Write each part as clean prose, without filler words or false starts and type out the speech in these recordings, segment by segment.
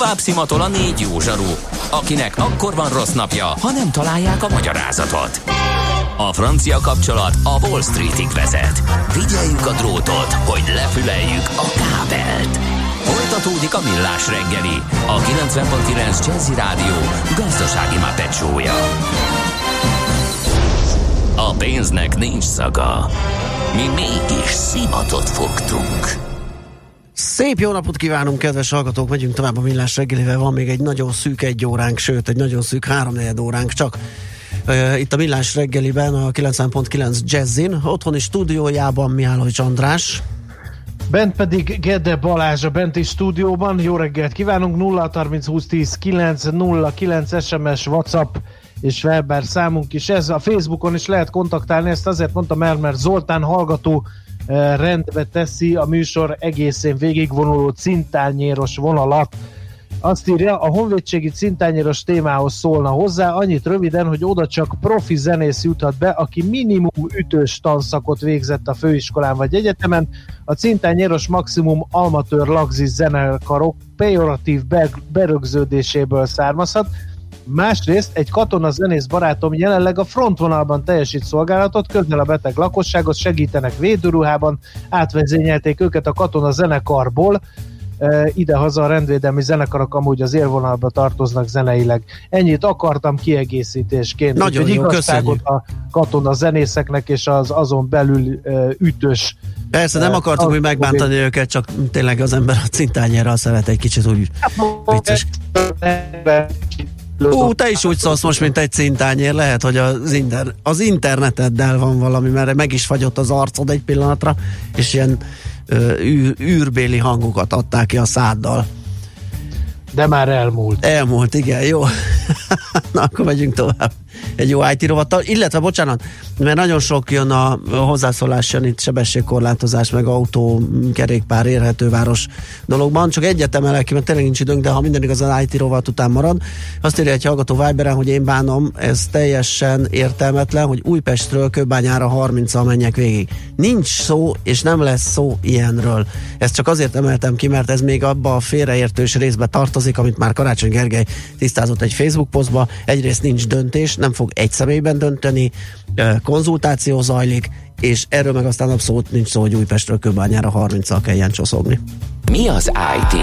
Tovább szimatol a 4 jó zsaru, akinek akkor van rossz napja, ha nem találják a magyarázatot. A francia kapcsolat a Wall Streetig vezet. Figyeljük a drótot, hogy lefüleljük a kábelt. Folytatódik a Millás reggeli, a 90.9 Jazzy Rádió gazdasági mápecsója. A pénznek nincs szaga. Mi mégis szimatot fogtunk. Szép jó napot kívánunk, kedves hallgatók! Megyünk tovább a Millás reggelivel. Van még egy nagyon szűk 1 óránk, sőt egy nagyon szűk 3-4 óránk csak. Itt a Millás reggeliben, a 90.9 Jazzin, otthoni stúdiójában Mihálovics András. Bent pedig Gede Balázs a benti stúdióban. Jó reggelt kívánunk! 0 30 20 10 9 0 9 SMS, WhatsApp és Viber számunk is. Ez a Facebookon is lehet kontaktálni, ezt azért mondtam el, mert Zoltán hallgató rendbe teszi a műsor egészén végigvonuló cintányéros vonalat. Azt írja, a honvédségi cintányéros témához szólna hozzá, annyit röviden, hogy oda csak profi zenész juthat be, aki minimum ütős tanszakot végzett a főiskolán vagy egyetemen. A cintányéros maximum amatőr lagzis zenekarok pejoratív berögződéséből származhat. Másrészt egy katona zenész barátom jelenleg a frontvonalban teljesít szolgálatot, közel a beteg lakosságot, segítenek védőruhában, átvezényelték őket a katona zenekarból, idehaza a rendvédelmi zenekarok amúgy az élvonalba tartoznak zeneileg. Ennyit akartam kiegészítésként. Nagyon jó, igazságot a katona zenészeknek és az azon belül ütős. Persze, nem akartuk hogy megbántani őket, csak tényleg az ember a cintányérral szeret egy kicsit úgy vicces. Te is úgy szólsz most, mint egy cintányér. Lehet, hogy az interneteddel van valami, mert meg is fagyott az arcod egy pillanatra, és ilyen űrbéli hangokat adták ki a száddal. De már elmúlt. Elmúlt, igen, jó. Na, akkor megyünk tovább. Egy jó IT rovattal, illetve bocsánat, mert nagyon sok jön a hozzászólás, jön itt sebességkorlátozás, meg autó, kerékpár, érhetőváros dologban. Csak egyet emelek ki, mert tényleg nincs időnk, de ha minden igaz, az IT rovat után marad. Azt írja egy hallgató Viberen, hogy én bánom, ez teljesen értelmetlen, hogy Újpestről Kőbányára 30-al menjek végig. Nincs szó, és nem lesz szó ilyenről. Ezt csak azért emeltem ki, mert ez még abba a félreértős részbe tartozik, amit már Karácsony Gergely tisztázott egy Facebook posztba. Egyrészt nincs döntés, nem fog egy személyben dönteni, konzultáció zajlik, és erről meg aztán abszolút nincs szó, hogy Újpestről Kőbányára 30-al kelljen csoszogni. Mi az IT?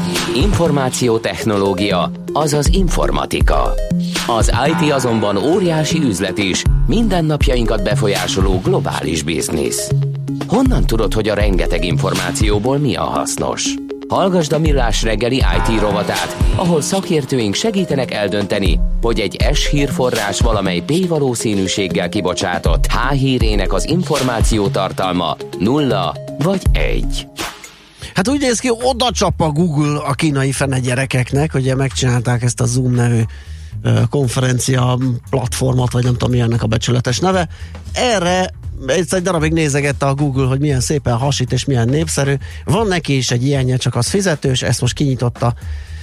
Információtechnológia, azaz informatika. Az IT azonban óriási üzlet is, mindennapjainkat befolyásoló globális biznisz. Honnan tudod, hogy a rengeteg információból mi a hasznos? Hallgasd a Millás reggeli IT rovatát, ahol szakértőink segítenek eldönteni, hogy egy S-hírforrás valamely P-valószínűséggel kibocsátott H-hírének az információ tartalma 0 vagy 1. Hát úgy néz ki, oda csap a Google a kínai fene gyerekeknek, ugye megcsinálták ezt a Zoom nevű konferencia platformot, vagy nem tudom mi ennek a becsületes neve. Erre egy darabig nézegette a Google, hogy milyen szépen hasít és milyen népszerű. Van neki is egy ilyenje, csak az fizetős, ezt most kinyitotta,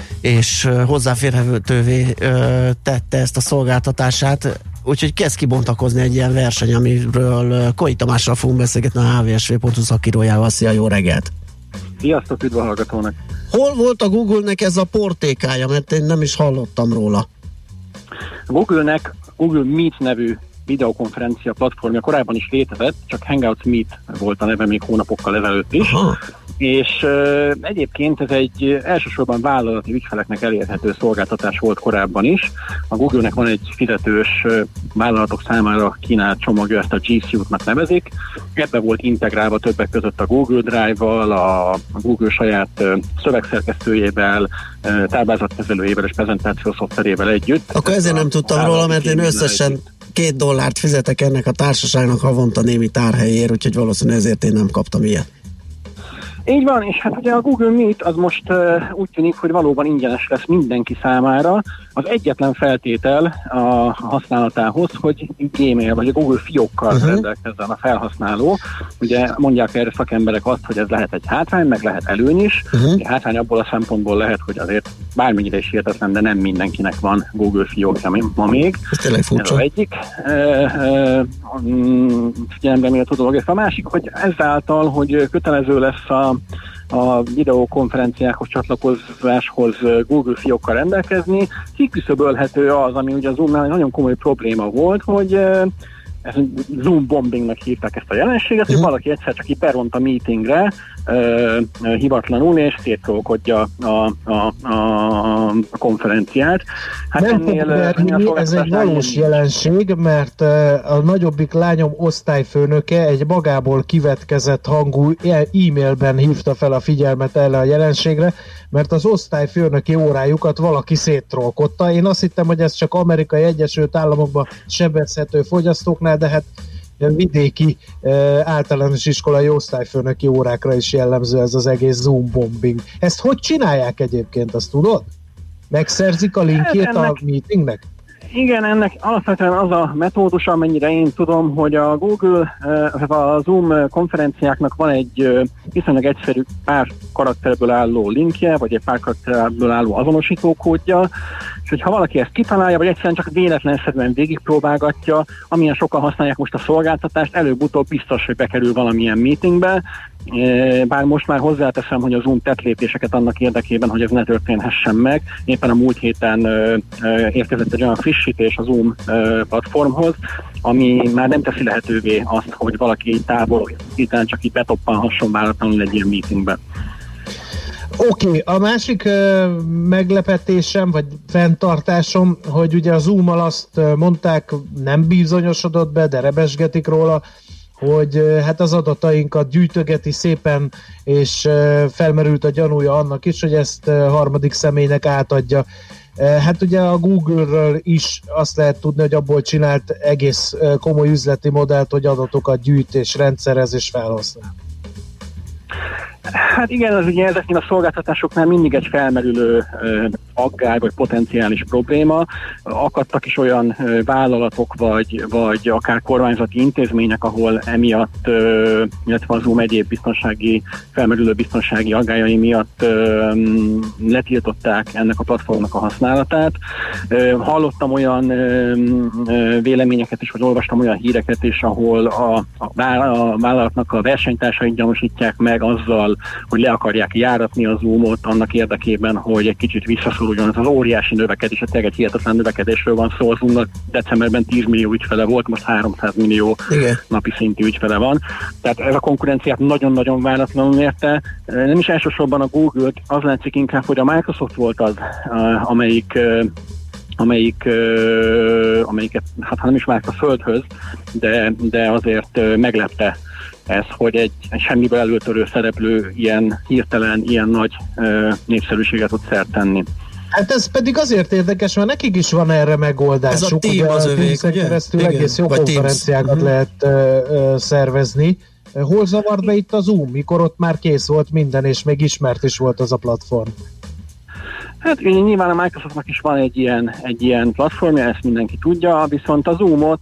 és hozzáférhetővé tette ezt a szolgáltatását, úgyhogy kezd kibontakozni egy ilyen verseny, amiről Koi Tamással fogunk beszélgetni, a hvsv.hu szakírójával. Szia, jó reggelt! Sziasztok, üdv a hallgatónak! Hol volt a Google-nek ez a portékája, mert én nem is hallottam róla? A Google-nek Google Meet nevű videokonferencia platformja korábban is létezett, csak Hangouts Meet volt a neve még hónapokkal ezelőtt is. Aha. És egyébként ez egy elsősorban vállalati ügyfeleknek elérhető szolgáltatás volt korábban is. A Google-nek van egy fizetős vállalatok számára kínált csomagja, ezt a G Suite-nak nevezik. Ebbe volt integrálva többek között a Google Drive-val, a Google saját szövegszerkesztőjével, táblázatkezelőjével és prezentáció szoftverével együtt. Akkor ezért nem tudtam róla, mert én összesen $2 fizetek ennek a társaságnak havonta némi tárhelyért, úgyhogy valószínűleg ezért én nem kaptam ilyet. Így van, és hát ugye a Google Meet az most úgy tűnik, hogy valóban ingyenes lesz mindenki számára. Az egyetlen feltétel a használatához, hogy Gmail vagy a Google fiókkal rendelkezzen a felhasználó. Ugye mondják erre szakemberek azt, hogy ez lehet egy hátrány, meg lehet előny is. A hátrány abból a szempontból lehet, hogy azért bármennyire is hihetetlen, de nem mindenkinek van Google fiókja ma még. Ez tényleg furcsa. Ez az egyik figyelembe méltó dolog. A másik, hogy ezáltal, hogy kötelező lesz a videokonferenciákhoz csatlakozáshoz Google fiókkal rendelkezni, kiküszöbölhető az, ami ugye a Zoomnál egy nagyon komoly probléma volt, hogy Zoom bombingnak hívták ezt a jelenséget, hogy valaki egyszer csak beront a meetingre hivatlanul, és szétrókodja a konferenciát. Hát nem ennél ez egy valós jelenség, mert a nagyobbik lányom osztályfőnöke egy magából kivetkezett hangú e-mailben hívta fel a figyelmet erre a jelenségre, mert az osztályfőnöki órájukat valaki széttrollkodta. Én azt hittem, hogy ez csak Amerikai Egyesült Államokban sebezhető fogyasztóknál, de hát vidéki általános iskolai osztályfőnöki órákra is jellemző ez az egész Zoom bombing. Ezt hogy csinálják egyébként, azt tudod? Megszerzik a linkjét a meetingnek? Igen, ennek alapvetően az a metódus, amennyire én tudom, hogy a Google, a Zoom konferenciáknak van egy viszonylag egyszerű pár karakterből álló linkje, vagy egy pár karakterből álló azonosítókódja, és hogyha valaki ezt kitalálja, vagy egyszerűen csak véletlenszerűen végigpróbálgatja, amilyen sokan használják most a szolgáltatást, előbb-utóbb biztos, hogy bekerül valamilyen meetingbe, bár most már hozzáteszem, hogy a Zoom tett lépéseket annak érdekében, hogy ez ne történhessen meg. Éppen a múlt héten érkezett egy olyan frissítés a Zoom platformhoz, ami már nem teszi lehetővé azt, hogy valaki távol hirtelen csak így betoppanhasson váratlanul egy ilyen meetingbe. Oké, a másik meglepetésem, vagy fenntartásom, hogy ugye a Zoom-mal azt mondták, nem bizonyosodott be, de rebesgetik róla, hogy hát az adatainkat gyűjtögeti szépen, és felmerült a gyanúja annak is, hogy ezt harmadik személynek átadja. Hát ugye a Google-ről is azt lehet tudni, hogy abból csinált egész komoly üzleti modellt, hogy adatokat gyűjt és rendszerez és felhasznál. Hát igen, az ugye ezeknél a szolgáltatásoknál mindig egy felmerülő aggály vagy potenciális probléma. Akadtak is olyan vállalatok vagy akár kormányzati intézmények, ahol emiatt, illetve az Zoom egyéb felmerülő biztonsági aggályai miatt letiltották ennek a platformnak a használatát. Hallottam olyan véleményeket is, vagy olvastam olyan híreket is, ahol a vállalatnak a versenytársait gyanúsítják meg azzal, hogy le akarják járatni a Zoomot annak érdekében, hogy egy kicsit visszaszoruljon. Ez az óriási növekedés, tényleg egy hihetetlen növekedésről van szó. A Zoomnak decemberben 10 millió ügyfele volt, most 300 millió napi szintű ügyfele van. Tehát ez a konkurenciát nagyon-nagyon váratlanul érte. Nem is elsősorban a Google, az látszik inkább, hogy a Microsoft volt az, amelyiket, hát nem is várt a földhöz, de azért meglepte ez, hogy egy semmiből előtörő szereplő ilyen hirtelen, ilyen nagy népszerűséget tud szert tenni. Hát ez pedig azért érdekes, mert nekik is van erre megoldásuk. Ez a Team az övék, ugye? Keresztül egész jó konferenciákat lehet szervezni. Hol zavart be itt a Zoom, mikor ott már kész volt minden, és még ismert is volt az a platform? Hát nyilván a Microsoftnak is van egy ilyen platformja, ezt mindenki tudja, viszont a Zoomot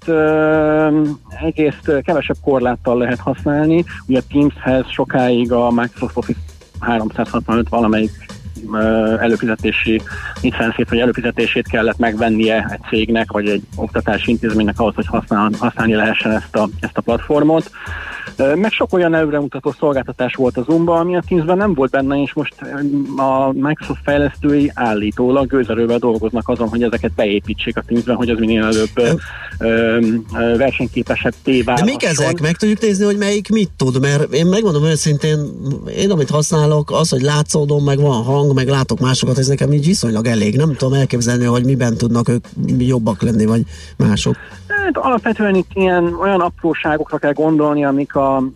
egyrészt kevesebb korláttal lehet használni. Ugye a Teamshez sokáig a Microsoft Office 365 valamelyik előfizetési licenszét vagy előfizetését kellett megvennie egy cégnek, vagy egy oktatási intézménynek ahhoz, hogy használni lehessen ezt a platformot. Meg sok olyan előremutató szolgáltatás volt a Zoomban, ami a Teamsben nem volt benne, és most a Microsoft fejlesztői állítólag gőzerővel dolgoznak azon, hogy ezeket beépítsék a Teamsben, hogy az minél előbb versenyképesebb válhasson. De mik ezek? Meg tudjuk nézni, hogy melyik mit tud, mert én megmondom őszintén, én amit használok, az, hogy látszódom, meg van hang, meg látok másokat, ez nekem így viszonylag elég. Nem tudom elképzelni, hogy miben tudnak ők jobbak lenni, vagy mások. Hát alapvetően itt olyan apróságokra kell gondolni, amik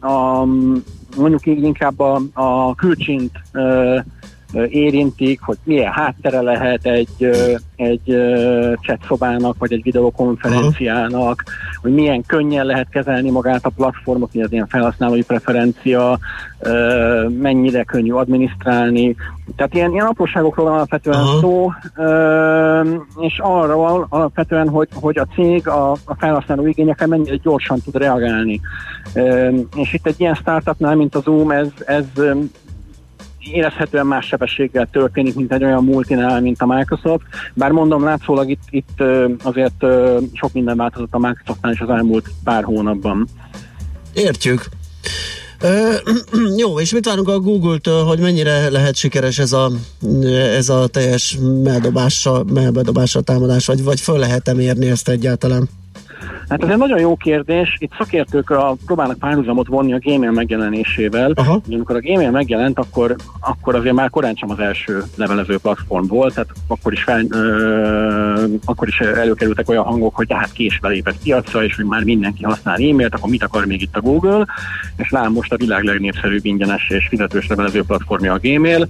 mondjuk így inkább a külcsint érintik, hogy milyen háttere lehet egy chat szobának, vagy egy videokonferenciának, hogy milyen könnyen lehet kezelni magát a platformot, hogy ez ilyen felhasználói preferencia, mennyire könnyű adminisztrálni. Tehát ilyen apróságokról van alapvetően szó, és arról alapvetően, hogy a cég a felhasználó igényekre mennyire gyorsan tud reagálni. És itt egy ilyen startupnál, mint a Zoom, ez érezhetően más sebességgel történik, mint egy olyan multinál, mint a Microsoft. Bár mondom, látszólag itt azért sok minden változott a Microsoftnál is az elmúlt pár hónapban. Értjük. Jó, és mit várunk a Google-től, hogy mennyire lehet sikeres ez a teljes meldobással támadás, vagy föl lehet-e mérni ezt egyáltalán? Hát ez egy nagyon jó kérdés. Itt szakértők próbálnak párhuzamot vonni a Gmail megjelenésével. Amikor a Gmail megjelent, akkor azért már korán sem az első levelező platform volt, tehát akkor is előkerültek olyan hangok, hogy hát késve lépett piacra, és hogy már mindenki használ e-mailt, akkor mit akar még itt a Google, és lám most a világ legnépszerűbb ingyenes és fizetős levelező platformja a Gmail.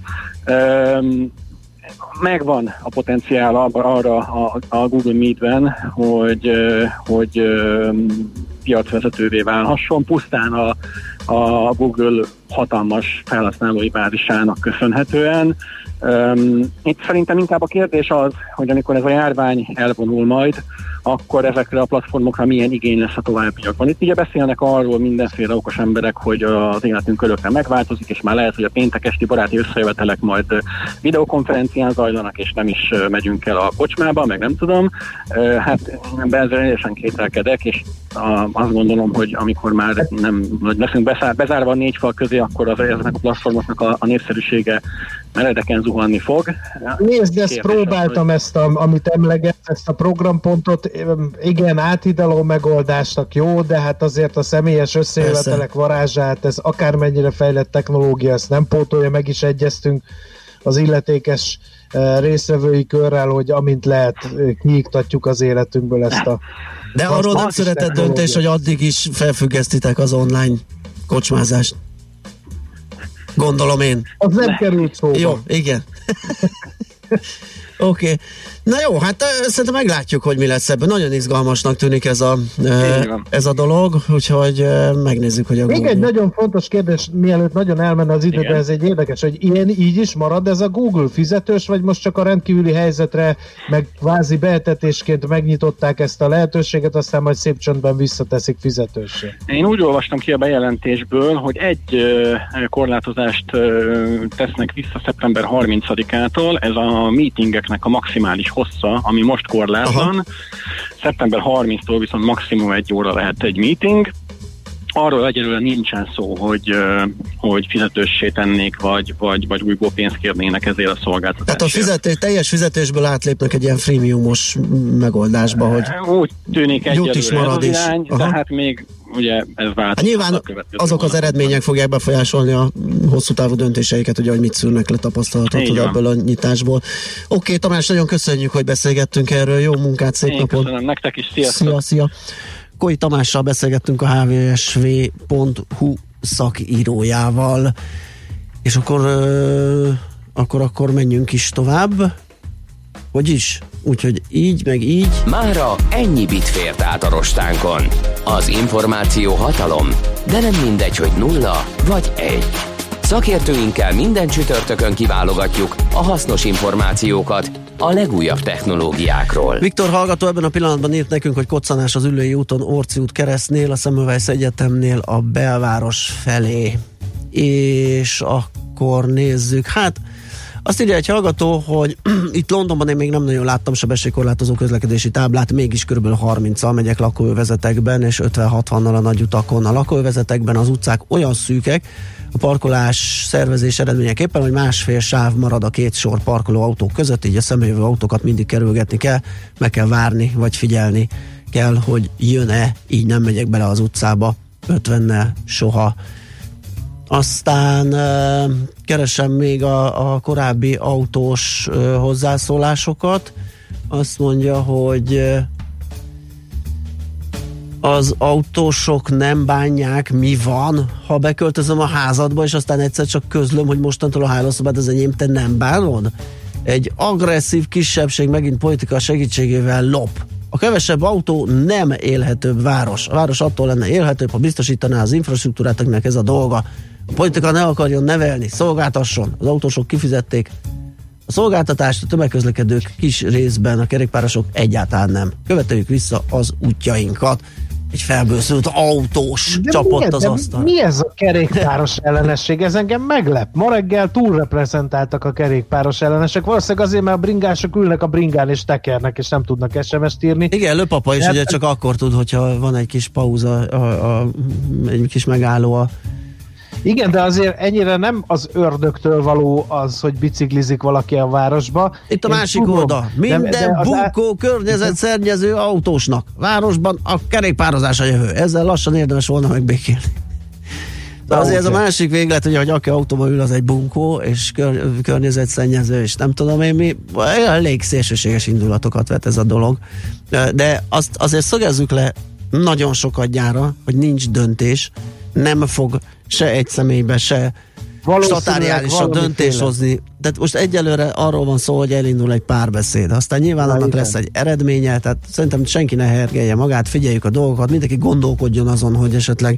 Megvan a potenciál arra a Google Meet-ben, hogy piacvezetővé válhasson, pusztán a Google hatalmas felhasználói bázisának köszönhetően. Itt szerintem inkább a kérdés az, hogy amikor ez a járvány elvonul majd, akkor ezekre a platformokra milyen igény lesz a továbbiakban. Itt ugye beszélnek arról mindenféle okos emberek, hogy az életünk örökre megváltozik, és már lehet, hogy a péntek esti baráti összejövetelek majd videokonferencián zajlanak, és nem is megyünk el a kocsmába, meg nem tudom. Hát ezzel teljesen kételkedek, és azt gondolom, hogy amikor már nem leszünk bezárva a 4 fal közé, akkor ezeknek a platformoknak a népszerűsége meredeken zuhanni fog. Nézd, ezt próbáltam, amit emlegetsz, ezt a programpontot, igen, áthidaló megoldásnak jó, de hát azért a személyes összejövetelek varázsát, ez akármennyire fejlett technológia, ezt nem pótolja, meg is egyeztünk az illetékes részvevői körrel, hogy amint lehet, kiiktatjuk az életünkből ezt a... De arról nem született döntés, hogy addig is felfüggesztitek az online kocsmázást. Gondolom én. Az nem került szóba. Jó, igen. Oké. Na jó, hát szerintem meglátjuk, hogy mi lesz ebből. Nagyon izgalmasnak tűnik ez a dolog, úgyhogy megnézzük, hogy a Még Google... egy nagyon fontos kérdés, mielőtt nagyon elmenne az idő, de ez egy érdekes, hogy így is marad ez a Google fizetős, vagy most csak a rendkívüli helyzetre, meg kvázi beetetésként megnyitották ezt a lehetőséget, aztán majd szép csöndben visszateszik fizetősé. Én úgy olvastam ki a bejelentésből, hogy egy korlátozást tesznek vissza szeptember 30-ától, ez a meetingeknek a maximális hossza, ami most korlátlan. Aha. Szeptember 30-tól viszont maximum 1 óra lehet egy meeting. Arról egyelőre nincsen szó, hogy fizetőssé tennék, vagy újból pénzt kérnének ezért a szolgáltatásért. Tehát a teljes fizetésből átlépnek egy ilyen freemiumos megoldásba, hogy úgy tűnik egyelőre is marad ez az irány, de hát még ugye ez változik. Nyilván azok az eredmények fogják befolyásolni a hosszú távú döntéseiket, ugye, hogy mit szűrnek le, tapasztalhatod ebből a nyitásból. Oké, Tamás, nagyon köszönjük, hogy beszélgettünk erről, jó munkát, szép napot! Köszönöm nektek is, sziasztok! Szia! Koi Tamással beszélgettünk, a hvsv.hu szakírójával, és akkor menjünk is tovább. Hogy is? Úgyhogy így, meg így. Mára ennyi bit fért át a rostánkon. Az információ hatalom, de nem mindegy, hogy 0 vagy 1. Szakértőinkkel minden csütörtökön kiválogatjuk a hasznos információkat a legújabb technológiákról. Viktor hallgató ebben a pillanatban írt nekünk, hogy koccanás az Üllői úton, Orci út keresztnél, a Semmelweis Egyetemnél a belváros felé. És akkor nézzük. Hát azt írja egy hallgató, hogy itt Londonban én még nem nagyon láttam sebességkorlátozó közlekedési táblát, mégis kb. 30-al megyek lakóövezetekben, és 50-60-nal a nagy utakon. A lakóövezetekben az utcák olyan szűkek, a parkolás szervezés eredményeképpen, hogy 1,5 sáv marad a 2 sor parkoló autók között, így a szembejövő autókat mindig kerülgetni kell, meg kell várni, vagy figyelni kell, hogy jön-e, így nem megyek bele az utcába 50-nel soha. Aztán keresem még a korábbi autós hozzászólásokat. Azt mondja, hogy az autósok nem bánják, mi van, ha beköltözöm a házadba, és aztán egyszer csak közlöm, hogy mostantól a hálószobád az enyém, te nem bánod? Egy agresszív kisebbség megint politika segítségével lop. A kevesebb autó nem élhetőbb város. A város attól lenne élhetőbb, ha biztosítaná az infrastruktúrát, akinek ez a dolga. A politika ne akarjon nevelni, szolgáltasson. Az autósok kifizették a szolgáltatást, a tömegközlekedők kis részben, a kerékpárosok egyáltalán nem. Követeljük vissza az útjainkat. Egy felbőszült autós csapott az asztal. Mi ez a kerékpáros ellenesség? Ez engem meglep. Ma reggel túlreprezentáltak a kerékpáros ellenesek. Valószínűleg azért, mert a bringások ülnek a bringán és tekernek, és nem tudnak SMS-t írni. Igen, Lőpapa is ugye csak akkor tud, hogyha van egy kis pauza, egy kis megálló a Igen, de azért ennyire nem az ördögtől való az, hogy biciklizik valaki a városba. Itt a másik oldal. Minden bunkó környezetszennyező autósnak. Városban a kerékpározás a jövő. Ezzel lassan érdemes volna megbékélni. De azért ez a másik véglet, ugye, hogy aki autóba ül, az egy bunkó, és környezetszennyező, és nem tudom én mi. Elég szélsőséges indulatokat vet ez a dolog. De azt azért szögezzük le nagyon sokadjára, hogy nincs döntés, nem fog se egy személybe, se statáriálisan döntés hozni. Tehát most egyelőre arról van szó, hogy elindul egy párbeszéd. Aztán nyilván annak lesz egy eredménye, tehát szerintem senki ne hergelje magát, figyeljük a dolgokat, mindenki gondolkodjon azon, hogy esetleg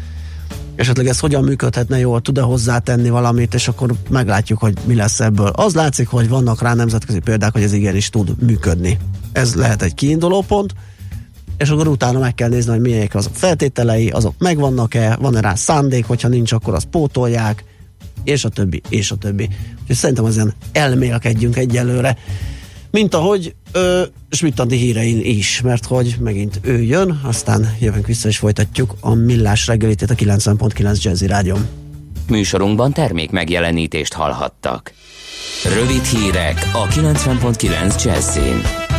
ez hogyan működhetne jól, tud-e hozzátenni valamit, és akkor meglátjuk, hogy mi lesz ebből. Az látszik, hogy vannak rá nemzetközi példák, hogy ez igenis tud működni. Ez lehet egy kiinduló pont, és akkor utána meg kell nézni, hogy milyenek azok feltételei, azok megvannak-e, van-e rá szándék, hogyha nincs, akkor azt pótolják, és a többi, és a többi. Úgyhogy szerintem azért elmélkedjünk egyelőre, mint ahogy Schmidt-Andi hírein is, mert hogy megint ő jön, aztán jövünk vissza és folytatjuk a Millás reggelit a 90.9 Jazzy Rádion. Műsorunkban termék megjelenítést hallhattak. Rövid hírek a 90.9 Jazzyn.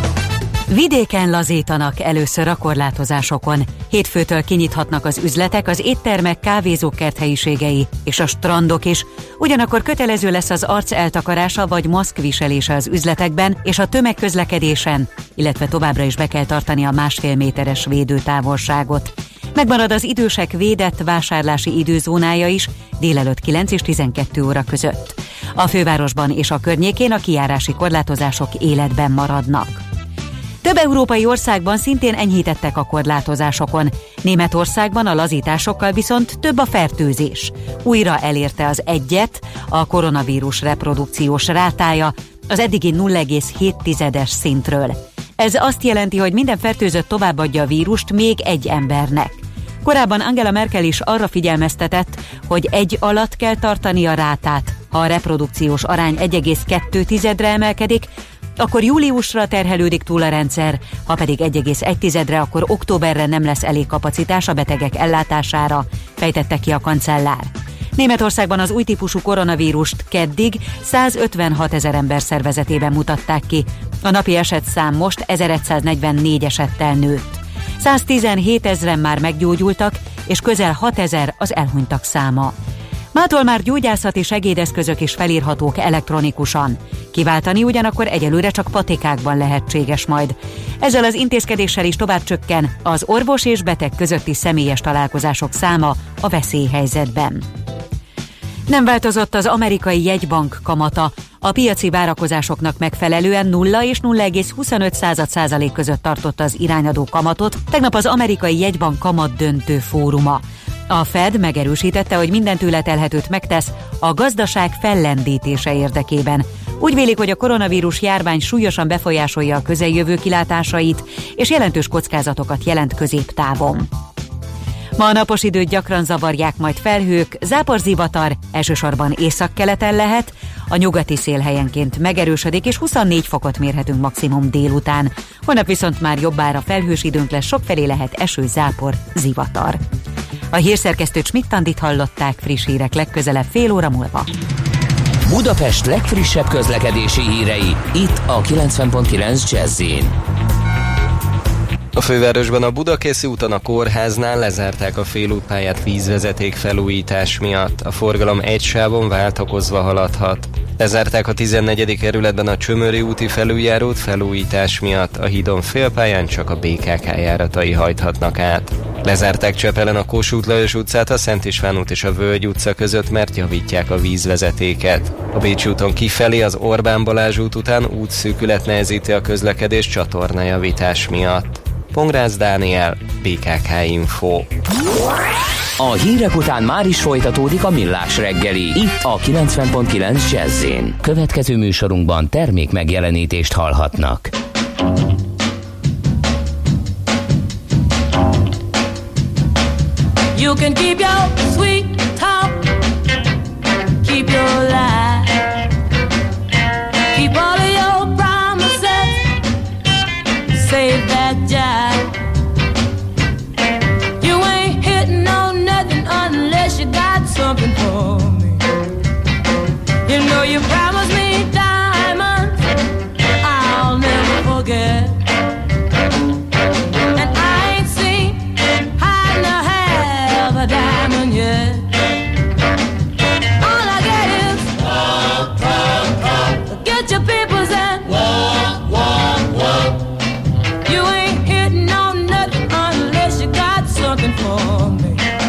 Vidéken lazítanak először a korlátozásokon. Hétfőtől kinyithatnak az üzletek, az éttermek, kávézók kerthelyiségei és a strandok is. Ugyanakkor kötelező lesz az arc eltakarása vagy maszkviselése az üzletekben és a tömegközlekedésen, illetve továbbra is be kell tartani a 1,5 méteres védőtávolságot. Megmarad az idősek védett vásárlási időzónája is délelőtt 9 és 12 óra között. A fővárosban és a környékén a kijárási korlátozások életben maradnak. Több európai országban szintén enyhítettek a korlátozásokon. Németországban a lazításokkal viszont több a fertőzés. Újra elérte az 1-et a koronavírus reprodukciós rátája az eddigi 0,7-es szintről. Ez azt jelenti, hogy minden fertőzött továbbadja a vírust még egy embernek. Korábban Angela Merkel is arra figyelmeztetett, hogy 1 alatt kell tartani a rátát. Ha a reprodukciós arány 1,2-re emelkedik, akkor júliusra terhelődik túl a rendszer, ha pedig 1,1-re, akkor októberre nem lesz elég kapacitás a betegek ellátására, fejtette ki a kancellár. Németországban az új típusú koronavírust keddig 156 000 ember szervezetében mutatták ki. A napi esetszám most 1144 esettel nőtt. 117 000 már meggyógyultak, és közel 6 000 az elhunytak száma. Mától már gyógyászati segédeszközök is felírhatók elektronikusan. Kiváltani ugyanakkor egyelőre csak patikákban lehetséges majd. Ezzel az intézkedéssel is tovább csökken az orvos és beteg közötti személyes találkozások száma a veszélyhelyzetben. Nem változott az amerikai jegybank kamata. A piaci várakozásoknak megfelelően 0 és 0,25% között tartotta az irányadó kamatot tegnap az amerikai jegybank kamat döntő fóruma. A Fed megerősítette, hogy minden tőle telhetőt megtesz a gazdaság fellendítése érdekében. Úgy vélik, hogy a koronavírus járvány súlyosan befolyásolja a közeljövő kilátásait, és jelentős kockázatokat jelent középtávon. Ma a napos időt gyakran zavarják majd felhők, záporzivatar, elsősorban északkeleten lehet, a nyugati szél helyenként megerősödik, és 24 fokot mérhetünk maximum délután. Holnap viszont már jobbára felhős időnk lesz, sokfelé lehet eső, zápor, zivatar. A hírszerkesztőt Schmidt-Andit hallották, friss hírek legközelebb fél óra múlva. Budapest legfrissebb közlekedési hírei, itt a 90.9 Jazz-in. A fővárosban a Budakeszi úton a kórháznál lezárták a félútpályát vízvezeték felújítás miatt. A forgalom egy sávon váltakozva haladhat. Lezárták a 14. kerületben a Csömöri úti felüljárót felújítás miatt. A hídon félpályán csak a BKK járatai hajthatnak át. Lezárták Csepelen a Kossuth Lajos utcát, a Szent István út és a Völgy utca között, mert javítják a vízvezetéket. A Bécsi úton kifelé az Orbán Balázs út után útszűkület nehezíti a közlekedést csatornajavítás miatt. Pongrácz Dániel, BKK Info. A hírek után már is folytatódik a Millás reggeli, itt a 90.9 Jazz-in. Következő műsorunkban termék megjelenítést hallhatnak. You can keep your sweet talk, keep your lie, keep all of your promises, save that jive. You ain't hitting on nothing unless you got something for you promised me diamonds I'll never forget. And I ain't seen hide nor half a diamond yet. All I get is walk, talk, talk. Get your papers and walk, walk, walk. You ain't hitting on nothing unless you got something for me.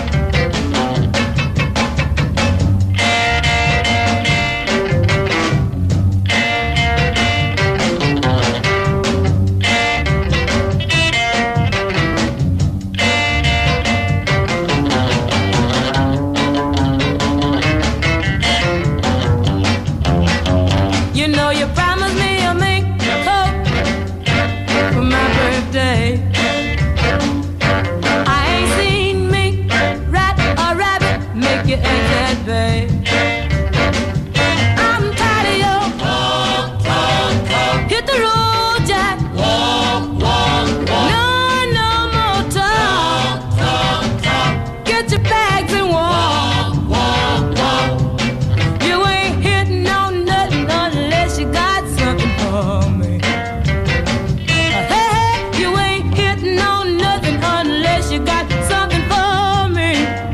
You know you promised me a mink coat for my birthday. I ain't seen mink, rat or rabbit make you eggs that babe. I'm tired of your talk, talk, talk. Hit the road, Jack. Walk, walk, walk. No more talk, talk, talk. Get your bags and walk, walk, walk. You ain't hitting on nothing unless you got something for me. Hey, you ain't hitting on nothing unless you got something for me.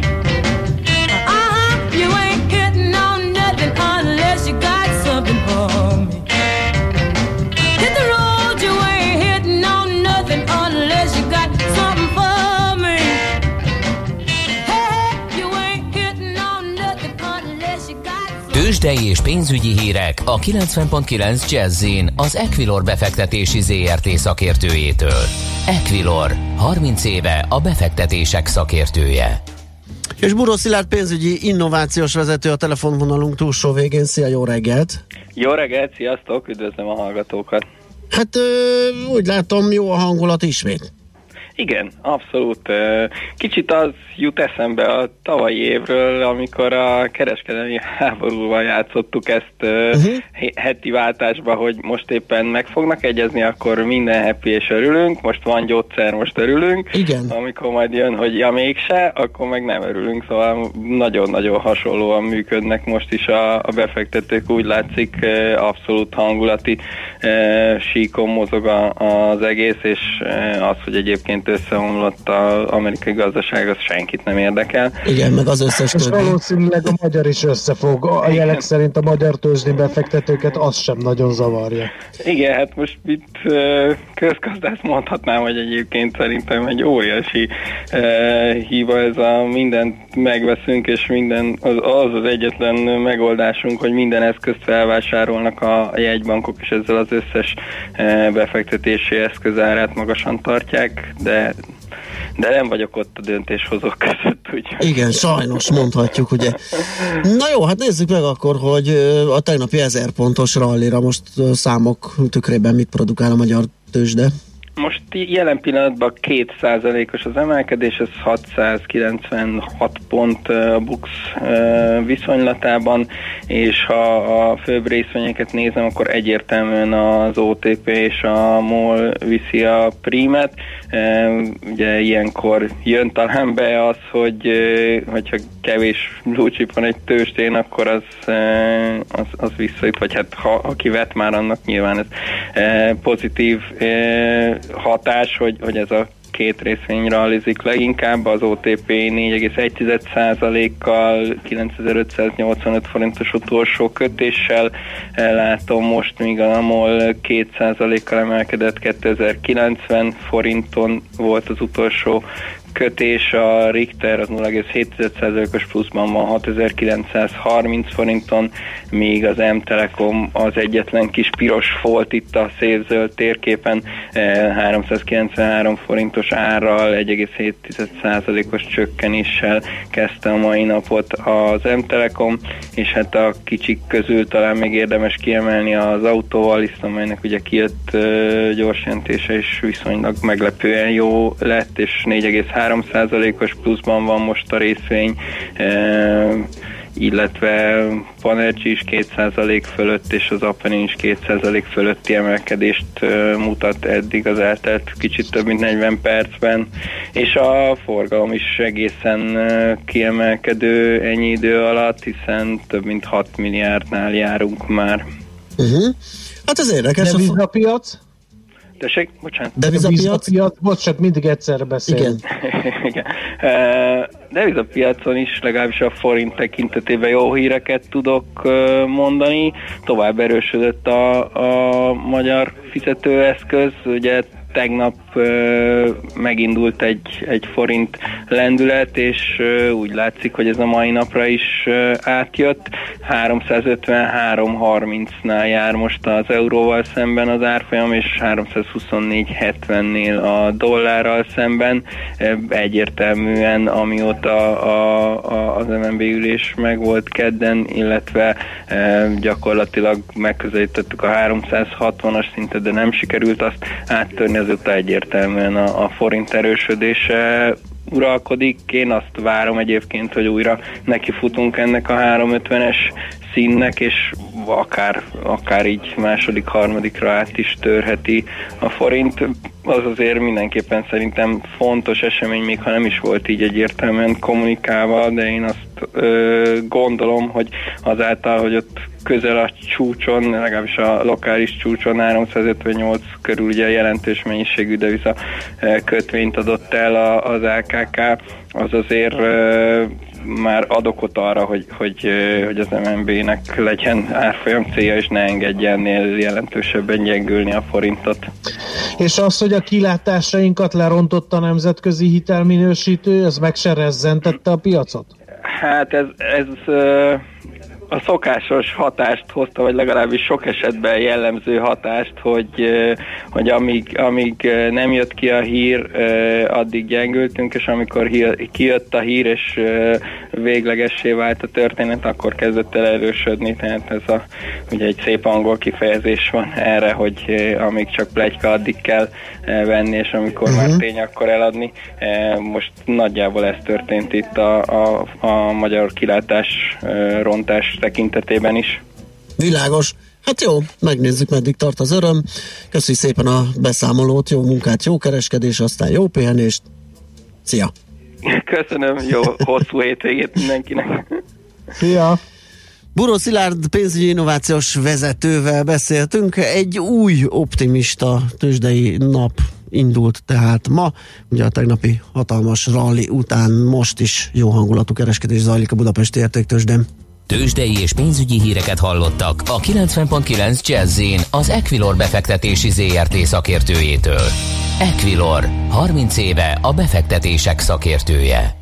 You ain't hitting on nothing unless you got something for me. Hit the road, you ain't hitting on nothing unless you got something for me. Hey, you ain't hitting on nothing unless you got something. Tőzsdei és pénzügyi hírek a 90.9 Jazz-in az Equilor befektetési ZRT szakértőjétől. Equilor, 30 éve a befektetések szakértője. És Buró Szilárd pénzügyi innovációs vezető a telefonvonalunk túlsó végén. Szia, jó reggelt! Jó reggelt, sziasztok, üdvözlöm a hallgatókat. Hát úgy látom, jó a hangulat ismét. Igen, abszolút. Kicsit az jut eszembe a tavalyi évről, amikor a kereskedelmi háborúval játszottuk ezt heti váltásba, hogy most éppen meg fognak egyezni, akkor minden happy és örülünk, most van gyógyszer, most örülünk. Igen. Amikor majd jön, hogy ja mégse, akkor meg nem örülünk, szóval nagyon-nagyon hasonlóan működnek most is a befektetők, úgy látszik abszolút hangulati síkon mozog az egész, és az, hogy egyébként összeomlott az amerikai gazdaság, az senkit nem érdekel. Igen, meg az összes És többi. valószínűleg a magyar is összefog. A jelek szerint a magyar tőzsdén befektetőket az sem nagyon zavarja. Igen, hát most itt közgazdász mondhatnám, hogy egyébként szerintem egy óriási hiba ez a mindent megveszünk, és minden az egyetlen megoldásunk, hogy minden eszközt felvásárolnak a jegybankok, és ezzel az összes befektetési eszközárát magasan tartják, de nem vagyok ott a döntéshozók között, úgyhogy... Igen, sajnos mondhatjuk, ugye. Na jó, hát nézzük meg akkor, hogy a tegnapi 1000 pontos rallira most számok tükrében mit produkál a magyar tőzsde. Most jelen pillanatban 2%-os az emelkedés, ez 696 pont a BUX viszonylatában, és ha a főbb részvényeket nézem, akkor egyértelműen az OTP és a MOL viszi a prímet. Ugye ilyenkor jön talán be az, hogyha kevés blue chip van egy tőzsdén, akkor az visszajut, vagy hát ha kivett már, annak nyilván ez pozitív hatás, hogy ez a két részvény realizik leginkább. Az OTP 4,1%-kal 9585 forintos utolsó kötéssel látom most, míg a MOL 2%-kal emelkedett, 2090 forinton volt az utolsó kötés, a Richter az 0,7%-os pluszban van 6930 forinton, míg az M-Telekom az egyetlen kis piros folt itt a szélzöld térképen 393 forintos árral, 1,7%-os csökkenéssel kezdte a mai napot az M-Telekom, és hát a kicsik közül talán még érdemes kiemelni az Autovalis, amelynek ugye kijött gyors jelentése, és viszonylag meglepően jó lett, és 4,3%-os pluszban van most a részvény, illetve Panergy is 2% fölött, és az Apennin is 2% fölötti emelkedést mutat eddig az eltelt kicsit több mint 40 percben, és a forgalom is egészen kiemelkedő ennyi idő alatt, hiszen több mint 6 milliárdnál járunk már. Hát ez érdekes. Devizapiac? Tessék, bocsánat. Devizapiac? Bocsánat, mindig egyszerre beszélünk. Igen. Devizapiacon is legalábbis a forint tekintetében jó híreket tudok mondani. Tovább erősödött a magyar fizetőeszköz, ugye tegnap megindult egy forint lendület, és úgy látszik, hogy ez a mai napra is átjött. 353.30-nál jár most az euróval szemben az árfolyam, és 324.70-nél a dollárral szemben. Egyértelműen amióta az MNB ülés meg volt kedden, illetve gyakorlatilag megközelítettük a 360-as szintet, de nem sikerült azt áttörni, azóta egyértelműen a forint erősödése uralkodik. Én azt várom egyébként, hogy újra nekifutunk ennek a 350-es színnek, és akár így második, harmadikra át is törheti a forint. Az azért mindenképpen szerintem fontos esemény, még ha nem is volt így egyértelműen kommunikálva, de én azt gondolom, hogy azáltal, hogy ott közel a csúcson, legalábbis a lokális csúcson 358 körül ugye jelentős mennyiségű deviza kötvényt adott el az LKK, az azért már ad okot arra, hogy az MNB-nek legyen árfolyam célja, és ne engedje ennél jelentősebben gyengülni a forintot. És az, hogy a kilátásainkat lerontott a nemzetközi hitelminősítő, ez meg se rezzentette a piacot? Hát ez a szokásos hatást hozta, vagy legalábbis sok esetben jellemző hatást, hogy amíg nem jött ki a hír, addig gyengültünk, és amikor kijött a hír, és véglegessé vált a történet, akkor kezdett el erősödni, tehát ez ugye egy szép angol kifejezés van erre, hogy amíg csak pletyka, addig kell venni, és amikor már tény, akkor eladni. Most nagyjából ez történt itt a magyar kilátás rontás tekintetében is. Világos. Hát jó, megnézzük, meddig tart az öröm. Köszönjük szépen a beszámolót, jó munkát, jó kereskedés, aztán jó pihenést. Szia! Köszönöm, jó hosszú hétvégét mindenkinek. Szia! Buró Szilárd pénzügyi innovációs vezetővel beszéltünk. Egy új optimista tőzsdei nap indult tehát ma. Ugye a tegnapi hatalmas ralli után most is jó hangulatú kereskedés zajlik a budapesti értéktőzsdén. Tőzsdei és pénzügyi híreket hallottak a 90.9 Jazz-in az Equilor befektetési ZRT szakértőjétől. Equilor, 30 éve a befektetések szakértője.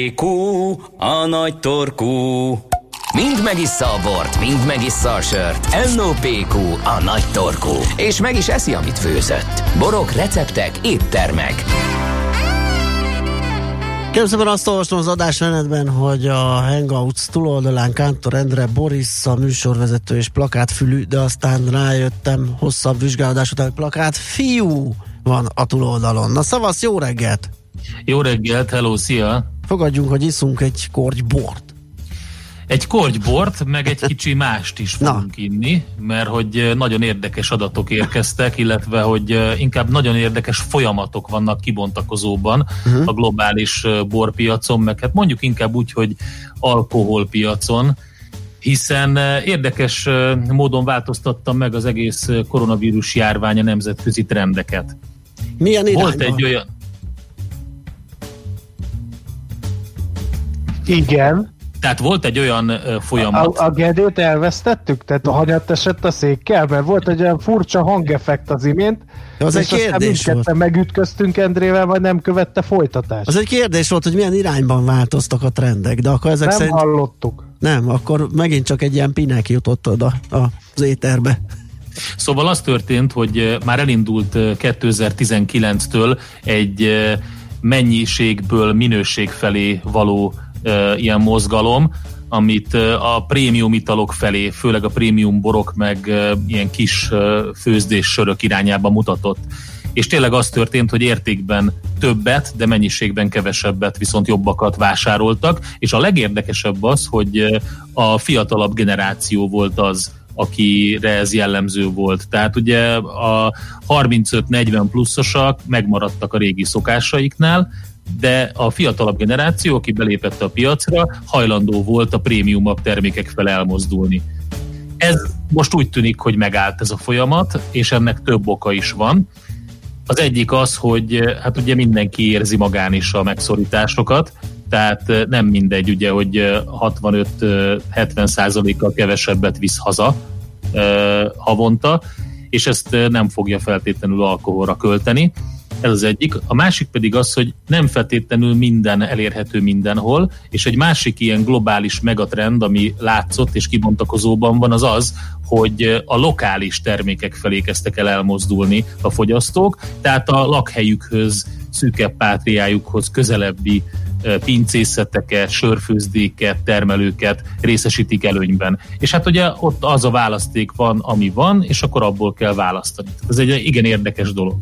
N-O-P-Q, a nagy torkú. Mind megissza a bort, mind megissza a sört. N-O-P-Q, a nagy torkú. És meg is eszi, amit főzött. Borok, receptek, éttermek. Kérem szépen, azt olvastam az adásmenetben, hogy a Hangouts túloldalán Kántor Endre Boris a műsorvezető és plakátfülű, de aztán rájöttem hosszabb vizsgálódás után, hogy plakátfiú van a túloldalon. Na szavasz, jó reggelt! Jó reggelt, hello, szia! Fogadjunk, hogy iszunk egy korty bort. Egy kortybort, meg egy kicsi mást is fogunk inni, mert hogy nagyon érdekes adatok érkeztek, illetve hogy inkább nagyon érdekes folyamatok vannak kibontakozóban a globális borpiacon, meg hát mondjuk inkább úgy, hogy alkoholpiacon, hiszen érdekes módon változtattam meg az egész koronavírus járvány a nemzetközi trendeket. Milyen irányban? Volt egy olyan... Igen. Tehát volt egy olyan folyamat. A Gedét elvesztettük? Tehát a hanyat esett a székkel? Mert volt egy olyan furcsa hangeffekt az imént. Az egy kérdés volt. Megütköztünk Endrével, vagy nem követte folytatást? Az egy kérdés volt, hogy milyen irányban változtak a trendek, de akkor ezek nem hallottuk. Nem, akkor megint csak egy ilyen pinek jutott oda az éterbe. Szóval az történt, hogy már elindult 2019-től egy mennyiségből minőség felé való ilyen mozgalom, amit a prémium italok felé, főleg a prémium borok meg ilyen kis főzdés sörök irányába mutatott. És tényleg az történt, hogy értékben többet, de mennyiségben kevesebbet, viszont jobbakat vásároltak, és a legérdekesebb az, hogy a fiatalabb generáció volt az, akire ez jellemző volt. Tehát ugye a 35-40 pluszosak megmaradtak a régi szokásaiknál, de a fiatalabb generáció, aki belépett a piacra, hajlandó volt a prémiumabb termékek fel elmozdulni. Ez most úgy tűnik, hogy megállt ez a folyamat, és ennek több oka is van. Az egyik az, hogy hát ugye mindenki érzi magán is a megszorításokat, tehát nem mindegy, ugye, hogy 65-70%-kal kevesebbet visz haza havonta, és ezt nem fogja feltétlenül alkoholra költeni. Ez az egyik. A másik pedig az, hogy nem feltétlenül minden elérhető mindenhol, és egy másik ilyen globális megatrend, ami látszott és kibontakozóban van, az az, hogy a lokális termékek felé kezdtek el elmozdulni a fogyasztók, tehát a lakhelyükhöz, szűkebb pátriájukhoz közelebbi pincészeteket, sörfőzdéket, termelőket részesítik előnyben. És hát ugye ott az a választék van, ami van, és akkor abból kell választani. Ez egy igen érdekes dolog.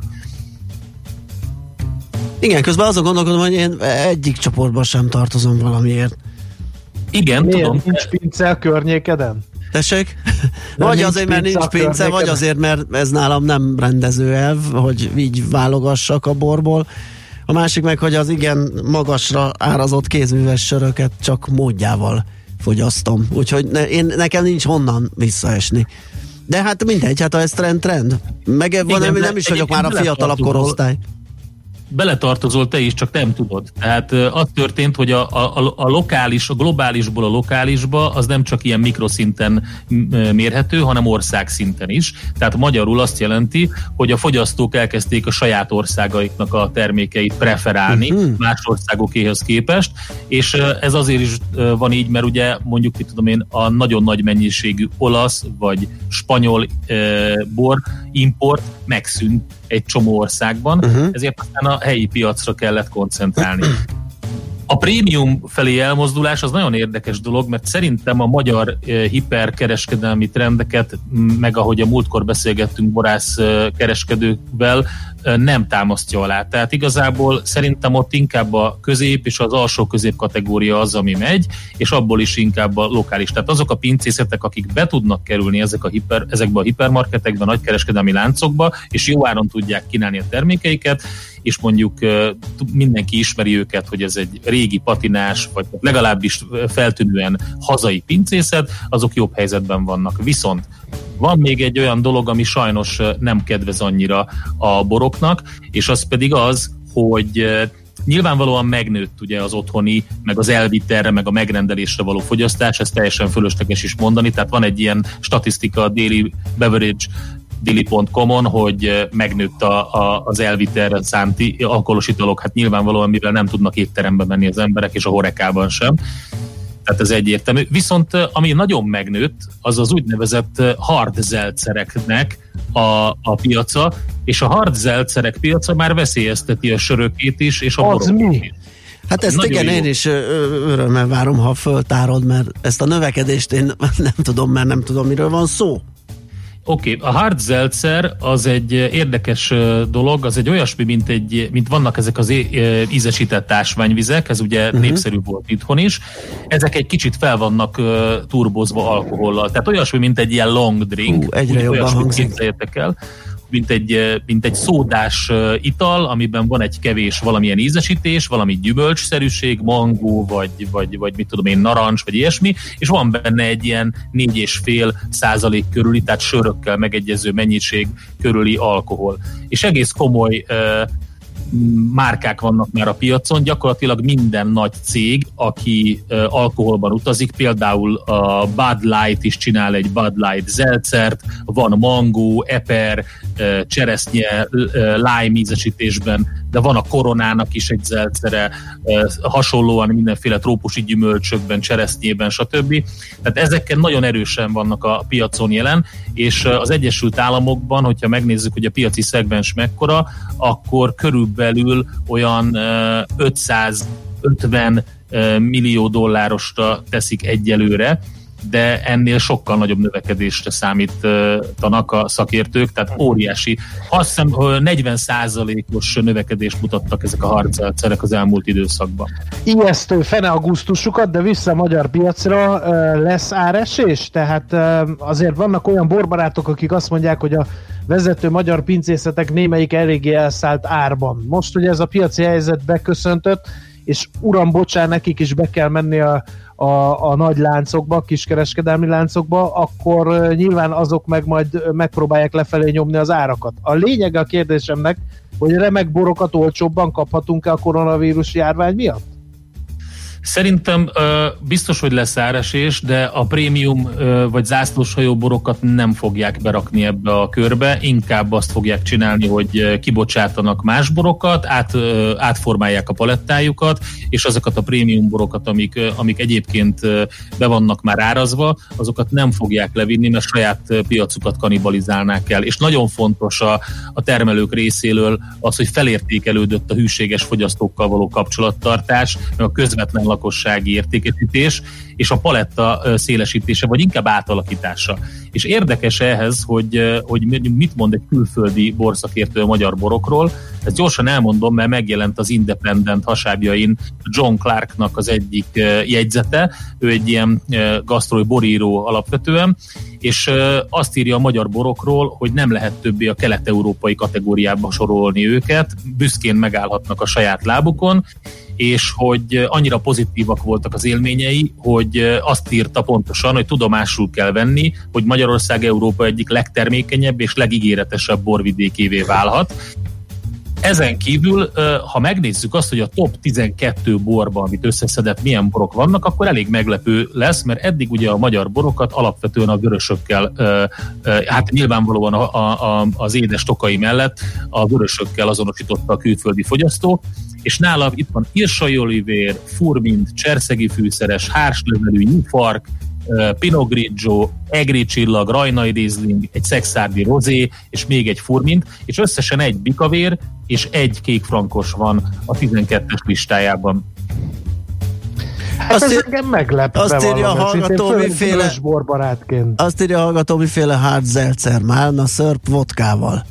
Igen, közben azon gondolkodom, hogy én egyik csoportban sem tartozom valamiért. Igen, miért tudom. Nincs pince a környékeden? Tessék? Vagy azért, mert nincs pince, vagy azért, mert ez nálam nem rendező elv, hogy így válogassak a borból. A másik meg, hogy az igen magasra árazott kézműves söröket csak módjával fogyasztom. Úgyhogy nekem nincs honnan visszaesni. De hát mindegy, hát ez trend. Meg igen, nem is vagyok már a fiatalabb korosztály. Beletartozol te is, csak nem tudod. Tehát az történt, hogy a lokális, a globálisból a lokálisba az nem csak ilyen mikroszinten mérhető, hanem országszinten is. Tehát magyarul azt jelenti, hogy a fogyasztók elkezdték a saját országaiknak a termékeit preferálni más országokéhez képest, és ez azért is van így, mert ugye mondjuk, mit tudom én, a nagyon nagy mennyiségű olasz vagy spanyol bor import megszűnt egy csomó országban, ezért aztán a helyi piacra kellett koncentrálni. A prémium felé elmozdulás az nagyon érdekes dolog, mert szerintem a magyar hiperkereskedelmi trendeket, meg ahogy a múltkor beszélgettünk borász kereskedőkvel, nem támasztja alá. Tehát igazából szerintem ott inkább a közép és az alsó közép kategória az, ami megy, és abból is inkább a lokális. Tehát azok a pincészetek, akik be tudnak kerülni ezekbe a hipermarketekbe, a nagykereskedelmi láncokba, és jó áron tudják kínálni a termékeiket, és mondjuk mindenki ismeri őket, hogy ez egy régi patinás, vagy legalábbis feltűnően hazai pincészet, azok jobb helyzetben vannak. Viszont van még egy olyan dolog, ami sajnos nem kedvez annyira a boroknak, és az pedig az, hogy nyilvánvalóan megnőtt ugye az otthoni, meg az elvitelre, meg a megrendelésre való fogyasztás, ez teljesen fölösleges is mondani, tehát van egy ilyen statisztika, a Daily Beverage dili.com-on, hogy megnőtt az elvitelre szánt alkoholos italok, hát nyilvánvalóan, mivel nem tudnak étterembe menni az emberek, és a Horekában sem. Tehát ez egyértelmű. Viszont ami nagyon megnőtt, az az úgynevezett hard zeltszereknek a piaca, és a hard zeltszerek piaca már veszélyezteti a sörökét is, és a borokét is. Hát ezt igen, én is örömmel várom, ha föltárod, mert ezt a növekedést én nem tudom, mert nem tudom, miről van szó. Oké, a hard seltzer az egy érdekes dolog, az egy olyasmi, mint vannak ezek az ízesített ásványvizek, ez ugye népszerű volt itthon is. Ezek egy kicsit fel vannak turbozva alkohollal, tehát olyasmi, mint egy ilyen long drink. Egyre jobban hangzik. Képzeljétek el, mint egy szódás ital, amiben van egy kevés valamilyen ízesítés, valami gyümölcsszerűség, mangó, vagy mit tudom én, narancs, vagy ilyesmi, és van benne egy ilyen 4,5% körüli, tehát sörökkel megegyező mennyiség körüli alkohol. És egész komoly márkák vannak már a piacon, gyakorlatilag minden nagy cég, aki alkoholban utazik, például a Bud Light is csinál egy Bud Light zeltszert, van mangó, eper, cseresznye, lime ízesítésben, de van a Koronának is egy zeltszere, hasonlóan mindenféle trópusi gyümölcsökben, cseresznyében, stb. Tehát ezekkel nagyon erősen vannak a piacon jelen, és az Egyesült Államokban, hogyha megnézzük, hogy a piaci szegmens mekkora, akkor körülbelül olyan 550 millió dollárosra teszik egyelőre, de ennél sokkal nagyobb növekedésre számítanak a szakértők, tehát óriási. Azt hiszem, 40%-os növekedést mutattak ezek a hardzeltszerek az elmúlt időszakban. Ijesztő fene a gusztusukat, de vissza a magyar piacra lesz áresés? Tehát azért vannak olyan borbarátok, akik azt mondják, hogy a vezető magyar pincészetek némelyik eléggé elszállt árban. Most ugye ez a piaci helyzet beköszöntött, és uram, bocsán, nekik is be kell menni a nagy láncokba, kiskereskedelmi láncokba, akkor nyilván azok meg majd megpróbálják lefelé nyomni az árakat. A lényeg a kérdésemnek, hogy remek borokat olcsóbban kaphatunk-e a koronavírus járvány miatt? Szerintem biztos, hogy lesz áresés, de a prémium vagy zászlóshajó borokat nem fogják berakni ebbe a körbe, inkább azt fogják csinálni, hogy kibocsátanak más borokat, átformálják a palettájukat, és azokat a prémium borokat, amik egyébként be vannak már árazva, azokat nem fogják levinni, mert saját piacukat kannibalizálnák el. És nagyon fontos a termelők részéről az, hogy felértékelődött a hűséges fogyasztókkal való kapcsolattartás, meg a közvetlen lakossági értékesítés, és a paletta szélesítése, vagy inkább átalakítása. És érdekes ehhez, hogy mit mond egy külföldi borszakértő a magyar borokról. Ezt gyorsan elmondom, mert megjelent az Independent hasábjain John Clarknak az egyik jegyzete, ő egy ilyen gasztrói boríró alapvetően, és azt írja a magyar borokról, hogy nem lehet többé a kelet-európai kategóriába sorolni őket, büszkén megállhatnak a saját lábukon, és hogy annyira pozitívak voltak az élményei, hogy azt írta pontosan, hogy tudomásul kell venni, hogy Magyarország Európa egyik legtermékenyebb és legígéretesebb borvidékévé válhat. Ezen kívül, ha megnézzük azt, hogy a top 12 borban, amit összeszedett, milyen borok vannak, akkor elég meglepő lesz, mert eddig ugye a magyar borokat alapvetően a vörösökkel, hát nyilvánvalóan az édes tokai mellett a vörösökkel azonosította a külföldi fogyasztó, és nála itt van irsai olivér, furmint, cserszegi fűszeres, hárslevelű, nyúfark, Pinot Grigio, egri csillag, rajnai riesling, egy szexárdi rozé, és még egy furmint, és összesen egy bikavér és egy kékfrankos van a 12-es listájában. Hát ez engem meglep. Azt írja a hallgató, miféle hard seltzer, Málna szörp vodkával.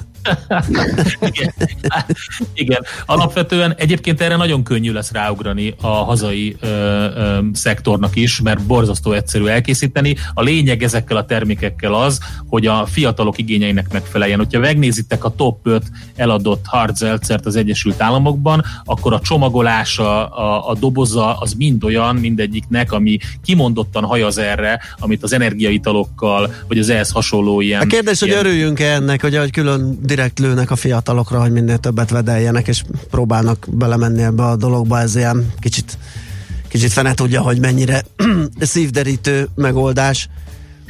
Igen, alapvetően egyébként erre nagyon könnyű lesz ráugrani a hazai szektornak is, mert borzasztó egyszerű elkészíteni. A lényeg ezekkel a termékekkel az, hogy a fiatalok igényeinek megfeleljen. Hogyha megnézitek a top 5 eladott hard seltzert az Egyesült Államokban, akkor a csomagolása, a doboza az mind olyan mindegyiknek, ami kimondottan hajaz erre, amit az energiaitalokkal, vagy az ehhez hasonló ilyen... A kérdés, hogy örüljünk-e ennek, hogy külön direkt lőnek a fiatalokra, hogy minél többet vedeljenek, és próbálnak belemenni ebbe a dologba, ez ilyen kicsit fene tudja, hogy mennyire szívderítő megoldás.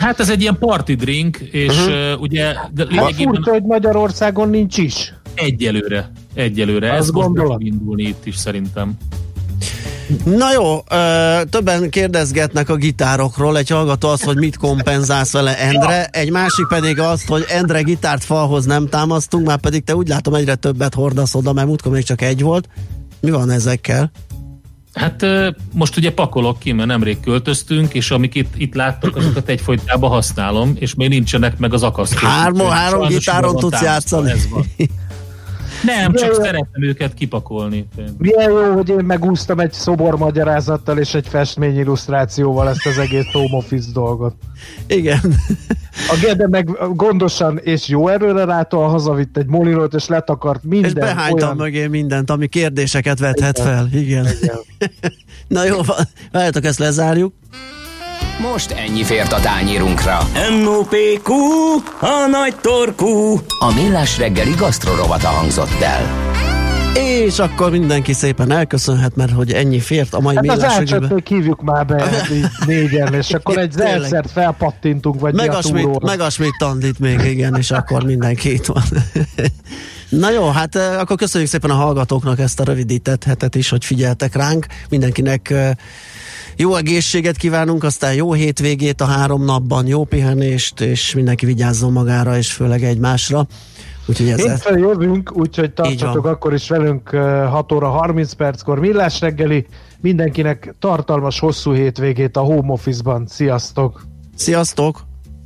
Hát ez egy ilyen party drink, és ugye... Furcsa, hogy Magyarországon nincs is. Egyelőre. Ez gondolom indulni itt is szerintem. Na jó, többen kérdezgetnek a gitárokról, egy hallgató az, hogy mit kompenzálsz vele, Endre, egy másik pedig azt, hogy Endre, gitárt falhoz nem támasztunk, már pedig te úgy látom egyre többet hordasz oda, mert múltkor még csak egy volt. Mi van ezekkel? Hát most ugye pakolok ki, mert nemrég költöztünk, és amik itt láttak, azokat egyfolytában használom, és még nincsenek meg az akasztók. Három gitáron tudsz játszani? Nem, csak szeretem őket kipakolni. Milyen jó, hogy én megúsztam egy szobormagyarázattal és egy festményillusztrációval ezt az egész home office dolgot. Igen. A Gede meg gondosan és jó erőre rától hazavitt egy molinót, és letakart minden. És behánytam mögé mindent, ami kérdéseket vethet fel. Igen. Na jó, várjátok, ezt lezárjuk. Most ennyi fért a tányérunkra. M.O.P.Q. a nagy torkú. A Millás reggeli gasztrorovata hangzott el. És akkor mindenki szépen elköszönhet, mert hogy ennyi fért a mai hát Millás reggelbe. Az Ácsot hívjuk már be négyen, és akkor egy zelszert felpattintunk, vagy meg a Schmidt-Tandit még, igen, és akkor mindenki itt van. Na jó, hát akkor köszönjük szépen a hallgatóknak ezt a rövidített hetet is, hogy figyeltek ránk. Mindenkinek jó egészséget kívánunk, aztán jó hétvégét a 3 napban, jó pihenést, és mindenki vigyázzon magára, és főleg egymásra. Hétfőn jövünk, úgyhogy tartsatok akkor is velünk 6 óra 30 perckor Millás reggeli. Mindenkinek tartalmas, hosszú hétvégét a home office-ban. Sziasztok! Sziasztok!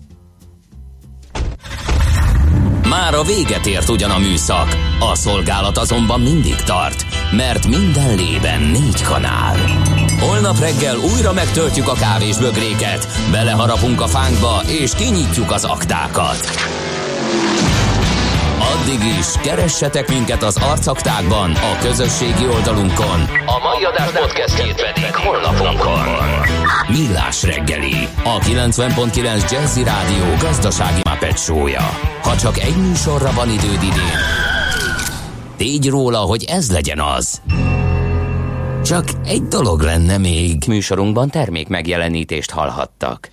Már a véget ért ugyan a műszak, a szolgálat azonban mindig tart, mert minden lében 4 kanál. Holnap reggel újra megtöltjük a kávésbögréket, beleharapunk a fánkba és kinyitjuk az aktákat. Addig is keressetek minket az arcaktákban, a közösségi oldalunkon. A mai adás podcastjét pedig honlapunkon. Millás reggeli, a 90.9 Jazzy Rádió gazdasági Muppet show-ja. Ha csak egy műsorra van időd idén, tégy róla, hogy ez legyen az. Csak egy dolog lenne még. Műsorunkban termék megjelenítést hallhattak.